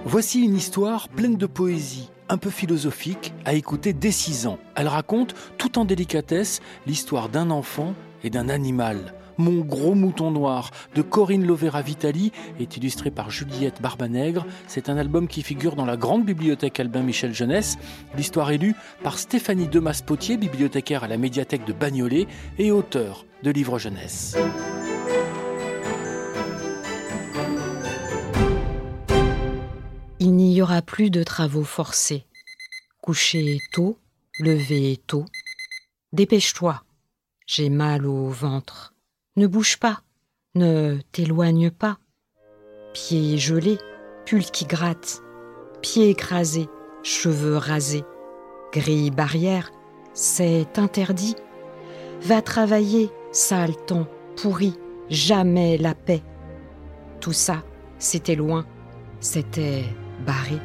Voici une histoire pleine de poésie, un peu philosophique, à écouter dès 6 ans. Elle raconte, tout en délicatesse, l'histoire d'un enfant et d'un animal. Mon gros mouton noir de Corinne Lovera-Vitali est illustré par Juliette Barbanègre. C'est un album qui figure dans la grande bibliothèque Albin Michel Jeunesse. L'histoire est lue par Stéphanie Demas-Potier, bibliothécaire à la médiathèque de Bagnolet et auteure de livres jeunesse. Il n'y aura plus de travaux forcés. Coucher tôt, lever tôt. Dépêche-toi, j'ai mal au ventre. Ne bouge pas, ne t'éloigne pas. Pieds gelés, pull qui gratte. Pieds écrasés, cheveux rasés. Grille barrière, c'est interdit. Va travailler, sale temps, pourri, jamais la paix. Tout ça, c'était loin, c'était barré.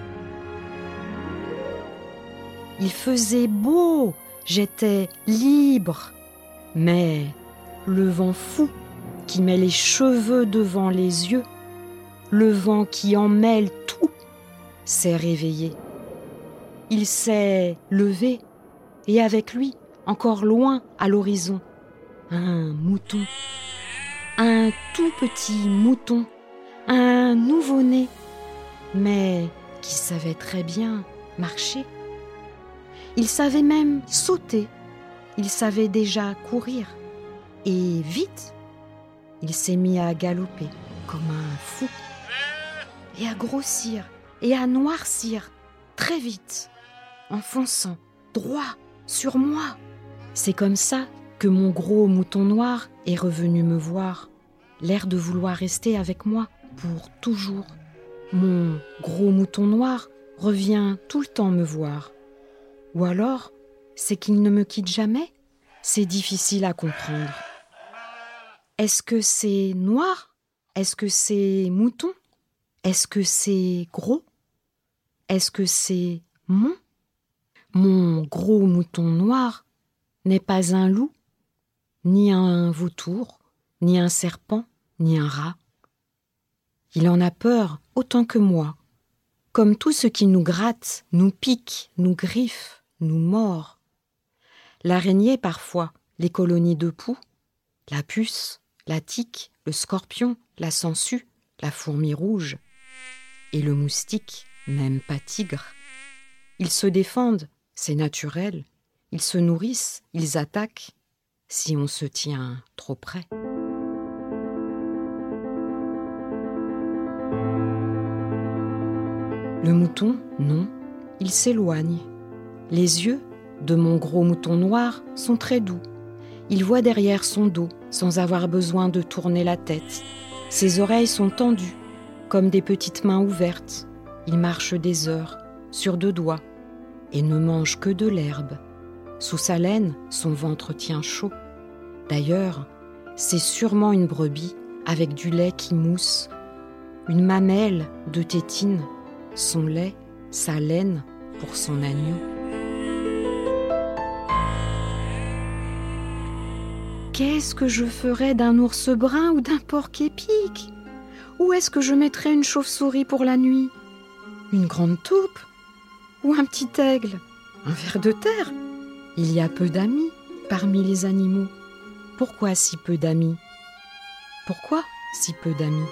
Il faisait beau, j'étais libre. Mais le vent fou qui met les cheveux devant les yeux, le vent qui en mêle tout, s'est réveillé. Il s'est levé et avec lui, encore loin à l'horizon, un mouton, un tout petit mouton, un nouveau-né, mais qui savait très bien marcher. Il savait même sauter, il savait déjà courir. Et vite, il s'est mis à galoper comme un fou, et à grossir, et à noircir, très vite, en fonçant droit sur moi. C'est comme ça que mon gros mouton noir est revenu me voir, l'air de vouloir rester avec moi pour toujours. Mon gros mouton noir revient tout le temps me voir. Ou alors, c'est qu'il ne me quitte jamais? C'est difficile à comprendre. Est-ce que c'est noir? Est-ce que c'est mouton? Est-ce que c'est gros? Est-ce que c'est mon? Mon gros mouton noir n'est pas un loup, ni un vautour, ni un serpent, ni un rat. Il en a peur autant que moi, comme tout ce qui nous gratte, nous pique, nous griffe, nous mord. L'araignée parfois, les colonies de poux, la puce, la tique, le scorpion, la sangsue, la fourmi rouge. Et le moustique, même pas tigre. Ils se défendent, c'est naturel. Ils se nourrissent, ils attaquent, si on se tient trop près. Le mouton, non, il s'éloigne. Les yeux de mon gros mouton noir sont très doux. Il voit derrière son dos, sans avoir besoin de tourner la tête. Ses oreilles sont tendues, comme des petites mains ouvertes. Il marche des heures, sur 2 doigts, et ne mange que de l'herbe. Sous sa laine, son ventre tient chaud. D'ailleurs, c'est sûrement une brebis avec du lait qui mousse, une mamelle de tétine, son lait, sa laine pour son agneau. Qu'est-ce que je ferais d'un ours brun ou d'un porc-épic? Où est-ce que je mettrais une chauve-souris pour la nuit? Une grande taupe? Ou un petit aigle? Un ver de terre? Il y a peu d'amis parmi les animaux. Pourquoi si peu d'amis? Pourquoi si peu d'amis?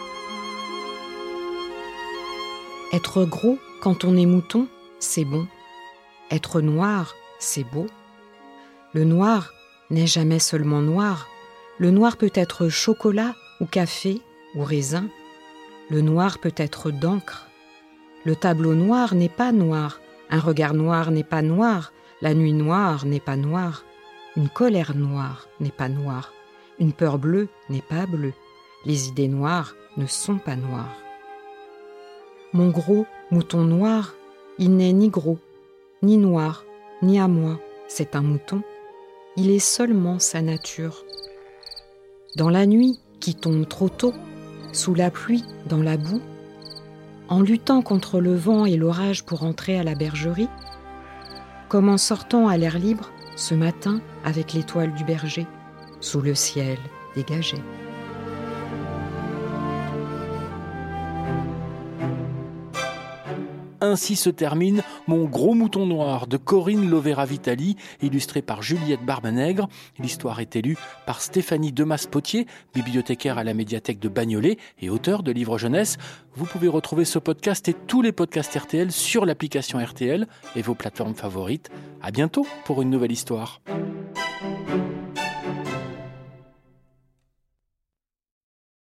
Être gros quand on est mouton, c'est bon. Être noir, c'est beau. Le noir n'est jamais seulement noir. Le noir peut être chocolat ou café ou raisin. Le noir peut être d'encre. Le tableau noir n'est pas noir. Un regard noir n'est pas noir. La nuit noire n'est pas noire. Une colère noire n'est pas noire. Une peur bleue n'est pas bleue. Les idées noires ne sont pas noires. Mon gros mouton noir, il n'est ni gros, ni noir, ni à moi. C'est un mouton. Il est seulement sa nature. Dans la nuit qui tombe trop tôt, sous la pluie, dans la boue, en luttant contre le vent et l'orage pour entrer à la bergerie, comme en sortant à l'air libre ce matin avec l'étoile du berger, sous le ciel dégagé. Ainsi se termine Mon gros mouton noir de Corinne Lovera-Vitali, illustré par Juliette Barbanègre. L'histoire est élue par Stéphanie Demas-Potier, bibliothécaire à la médiathèque de Bagnolet et auteur de livres jeunesse. Vous pouvez retrouver ce podcast et tous les podcasts RTL sur l'application RTL et vos plateformes favorites. À bientôt pour une nouvelle histoire.